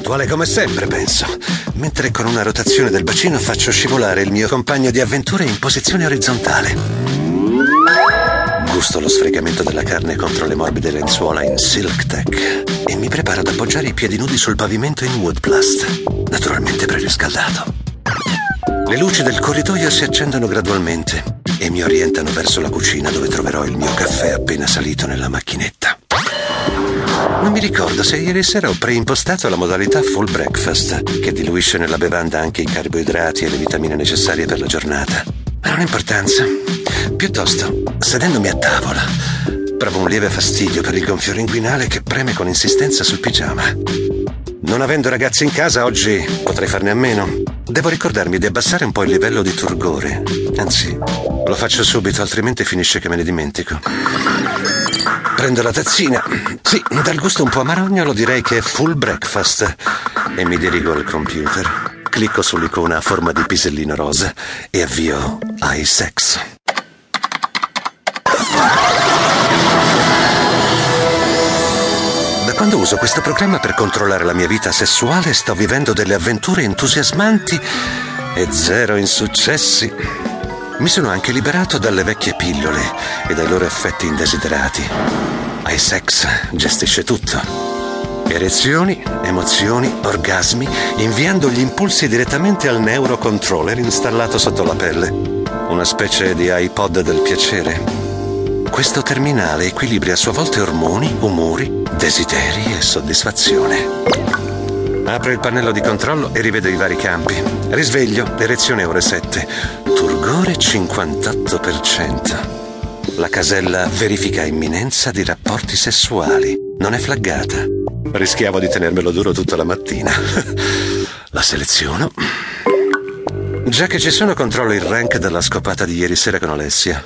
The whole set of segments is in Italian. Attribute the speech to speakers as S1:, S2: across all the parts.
S1: puntuale come sempre, penso, mentre con una rotazione del bacino faccio scivolare il mio compagno di avventure in posizione orizzontale. Gusto lo sfregamento della carne contro le morbide lenzuola in Silk Tech e mi preparo ad appoggiare i piedi nudi sul pavimento in Woodplast, naturalmente preriscaldato. Le luci del corridoio si accendono gradualmente e mi orientano verso la cucina, dove troverò il mio caffè appena salito nella macchinetta. Non mi ricordo se ieri sera ho preimpostato la modalità full breakfast, che diluisce nella bevanda anche i carboidrati e le vitamine necessarie per la giornata. Ma non ha importanza. Piuttosto, sedendomi a tavola, provo un lieve fastidio per il gonfio inguinale che preme con insistenza sul pigiama. Non avendo ragazzi in casa, oggi potrei farne a meno. Devo ricordarmi di abbassare un po' il livello di turgore. Anzi, lo faccio subito, altrimenti finisce che me ne dimentico. Prendo la tazzina. Sì, dal gusto un po' amarognolo direi che è full breakfast. E mi dirigo al computer. Clicco sull'icona a forma di pisellino rosa e avvio iSex. Da quando uso questo programma per controllare la mia vita sessuale, sto vivendo delle avventure entusiasmanti e zero insuccessi. Mi sono anche liberato dalle vecchie pillole e dai loro effetti indesiderati. iSex gestisce tutto. Erezioni, emozioni, orgasmi, inviando gli impulsi direttamente al neurocontroller installato sotto la pelle. Una specie di iPod del piacere. Questo terminale equilibra a sua volta ormoni, umori, desideri e soddisfazione. Apro il pannello di controllo e rivedo i vari campi. Risveglio, erezione ore 7, turgore 58%. La casella verifica imminenza di rapporti sessuali. Non è flaggata. Rischiavo di tenermelo duro tutta la mattina. La seleziono. Già che ci sono, controllo il rank della scopata di ieri sera con Alessia.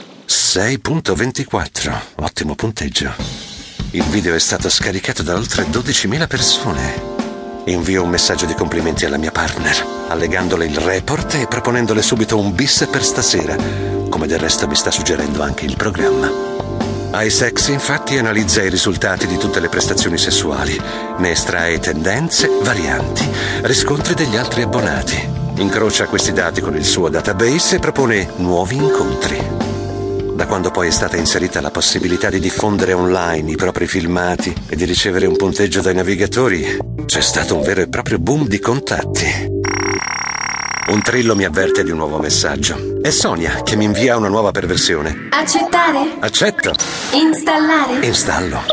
S1: 6.24, ottimo punteggio. Il video è stato scaricato da oltre 12.000 persone. Invio un messaggio di complimenti alla mia partner, allegandole il report e proponendole subito un bis per stasera, come del resto mi sta suggerendo anche il programma. iSex infatti analizza i risultati di tutte le prestazioni sessuali, ne estrae tendenze, varianti, riscontri degli altri abbonati, incrocia questi dati con il suo database e propone nuovi incontri. Da quando poi è stata inserita la possibilità di diffondere online i propri filmati e di ricevere un punteggio dai navigatori, c'è stato un vero e proprio boom di contatti. Un trillo mi avverte di un nuovo messaggio. È Sonia che mi invia una nuova perversione.
S2: Accettare?
S1: Accetto.
S2: Installare?
S1: Installo.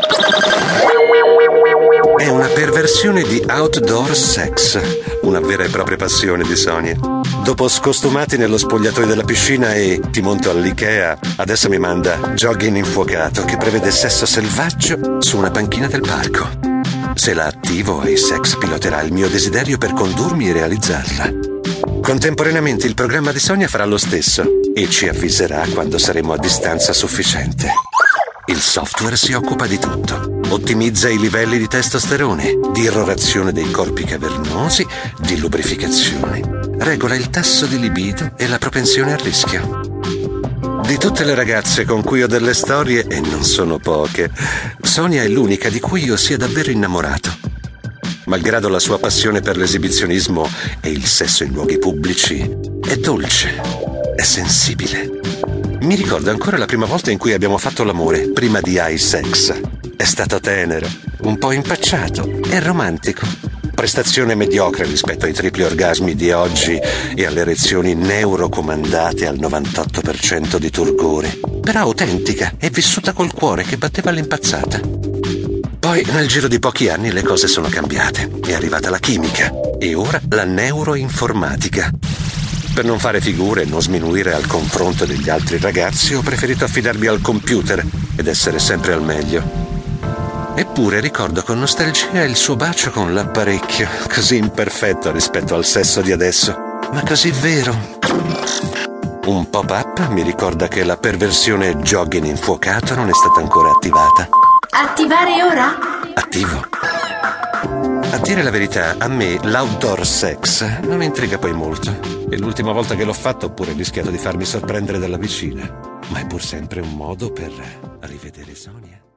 S1: È una perversione di outdoor sex, una vera e propria passione di Sonia. Dopo scostumati nello spogliatoio della piscina e ti monto all'Ikea, adesso mi manda Jogging Infuocato, che prevede sesso selvaggio su una panchina del parco. Se la attivo, iSex piloterà il mio desiderio per condurmi e realizzarla. Contemporaneamente il programma di Sonia farà lo stesso e ci avviserà quando saremo a distanza sufficiente. Il software si occupa di tutto. Ottimizza i livelli di testosterone, di irrorazione dei corpi cavernosi, di lubrificazione. Regola il tasso di libido e la propensione al rischio. Di tutte le ragazze con cui ho delle storie, e non sono poche, Sonia è l'unica di cui io sia davvero innamorato. Malgrado la sua passione per l'esibizionismo e il sesso in luoghi pubblici, è dolce, è sensibile. Mi ricordo ancora la prima volta in cui abbiamo fatto l'amore, prima di iSex. È stato tenero, un po' impacciato e romantico. Prestazione mediocre rispetto ai tripli orgasmi di oggi e alle erezioni neurocomandate al 98% di turgore, però autentica e vissuta col cuore che batteva all'impazzata. Poi, nel giro di pochi anni, le cose sono cambiate. È arrivata la chimica e ora la neuroinformatica. Per non fare figure e non sminuire al confronto degli altri ragazzi, ho preferito affidarmi al computer ed essere sempre al meglio. Eppure ricordo con nostalgia il suo bacio con l'apparecchio, così imperfetto rispetto al sesso di adesso, ma così vero. Un pop-up mi ricorda che la perversione Jogging Infuocato non è stata ancora attivata.
S2: Attivare ora?
S1: Attivo. A dire la verità, a me l'outdoor sex non intriga poi molto. E l'ultima volta che l'ho fatto ho pure rischiato di farmi sorprendere dalla vicina. Ma è pur sempre un modo per rivedere Sonia.